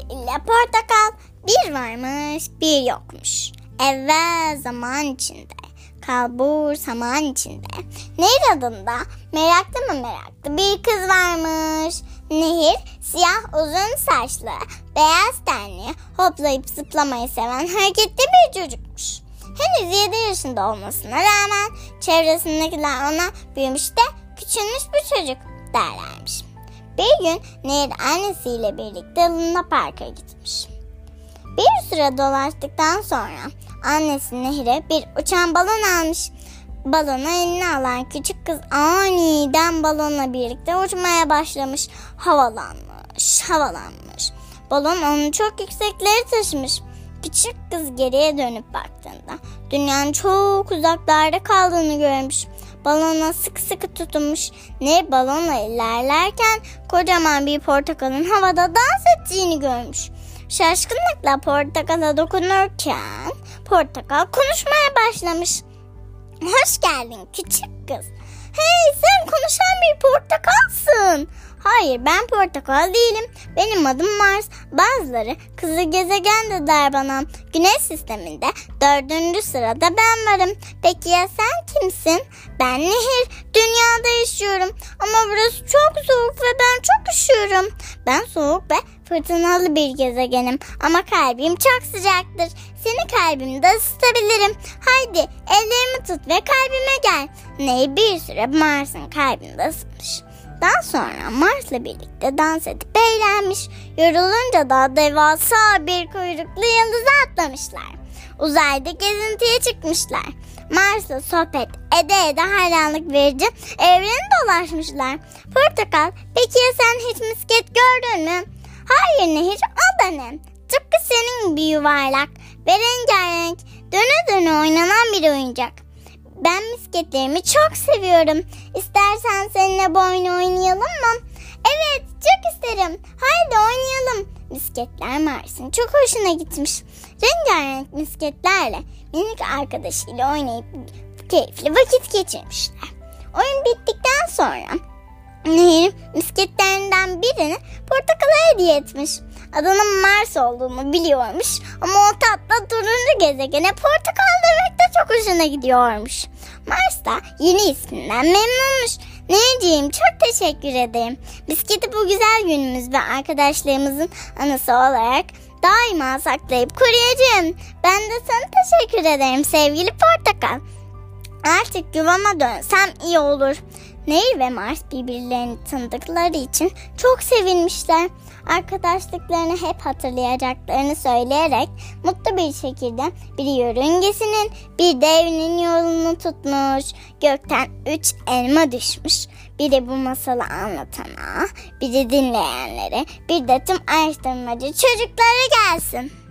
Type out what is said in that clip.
ile portakal. Bir varmış, bir yokmuş. Evvel zaman içinde, kalbur saman içinde. Nehir adında meraklı mı meraklı bir kız varmış. Nehir siyah uzun saçlı, beyaz tenli, hoplayıp zıplamayı seven hareketli bir çocukmuş. Henüz 7 yaşında olmasına rağmen çevresindekiler ona büyümüş de küçülmüş bir çocuk derlermiş. Bir gün Nehir annesiyle birlikte Luna Park'a gitmiş. Bir süre dolaştıktan sonra annesi Nehir'e bir uçan balon almış. Balonu eline alan küçük kız aniden balonla birlikte uçmaya başlamış. Havalanmış. Balon onu çok yükseklere taşımış. Küçük kız geriye dönüp baktığında dünyanın çok uzaklarda kaldığını görmüş. Balona sıkı tutunmuş. Nehir balonla ilerlerken kocaman bir portakalın havada dans ettiğini görmüş. Şaşkınlıkla portakala dokunurken portakal konuşmaya başlamış. Hoş geldin küçük kız. Hey, sen konuşan bir portakalsın. Hayır, ben portakal değilim. Benim adım Mars. Bazıları kızıl gezegen dediler bana. Güneş sisteminde 4. sırada ben varım. Peki ya sen kimsin? Ben Nehir. Dünyada yaşıyorum. Ama burası çok soğuk ve ben çok üşüyorum. Ben soğuk ve fırtınalı bir gezegenim. Ama kalbim çok sıcaktır. Seni kalbimde ısıtabilirim. Haydi ellerimi tut ve kalbime gel. Nehir bir süre Mars'ın kalbinde ısıtmış. Daha sonra Mars'la birlikte dans edip eğlenmiş. Yorulunca da devasa bir kuyruklu yıldıza atlamışlar. Uzayda gezintiye çıkmışlar. Mars'la sohbet ede hayranlık verici evreni dolaşmışlar. Portakal, peki ya sen hiç misket gördün mü? Hayır Nehir, o da ne? Tıpkı senin gibi yuvarlak ve rengarenk, döne oynanan bir oyuncak. Ben misketlerimi çok seviyorum. İstersen seninle bu oyunu oynayalım mı? Evet, çok isterim. Haydi oynayalım. Misketler Mars'ın çok hoşuna gitmiş. Rengarenk misketlerle minik arkadaşıyla oynayıp keyifli vakit geçirmişler. Oyun bittikten sonra Nehir misketlerinden birini portakala hediye etmiş. Adının Mars olduğunu biliyormuş ama o tatlı turuncu gezegene portakal demek de çok hoşuna gidiyormuş. Mars da yeni isminden memnunmuş. Nehirciğim, çok teşekkür ederim. Bisketi bu güzel günümüz ve arkadaşlarımızın anısı olarak daima saklayıp koruyacağım. Ben de sana teşekkür ederim sevgili portakal. Artık yuvama dönsem iyi olur. Nehir ve Mars birbirlerini tanıdıkları için çok sevinmişler. Arkadaşlıklarını hep hatırlayacaklarını söyleyerek mutlu bir şekilde biri yörüngesinin bir de evinin yolunu tutmuş. Gökten 3 elma düşmüş. Biri bu masalı anlatana, biri dinleyenlere, bir de tüm araştırmacı çocuklara gelsin.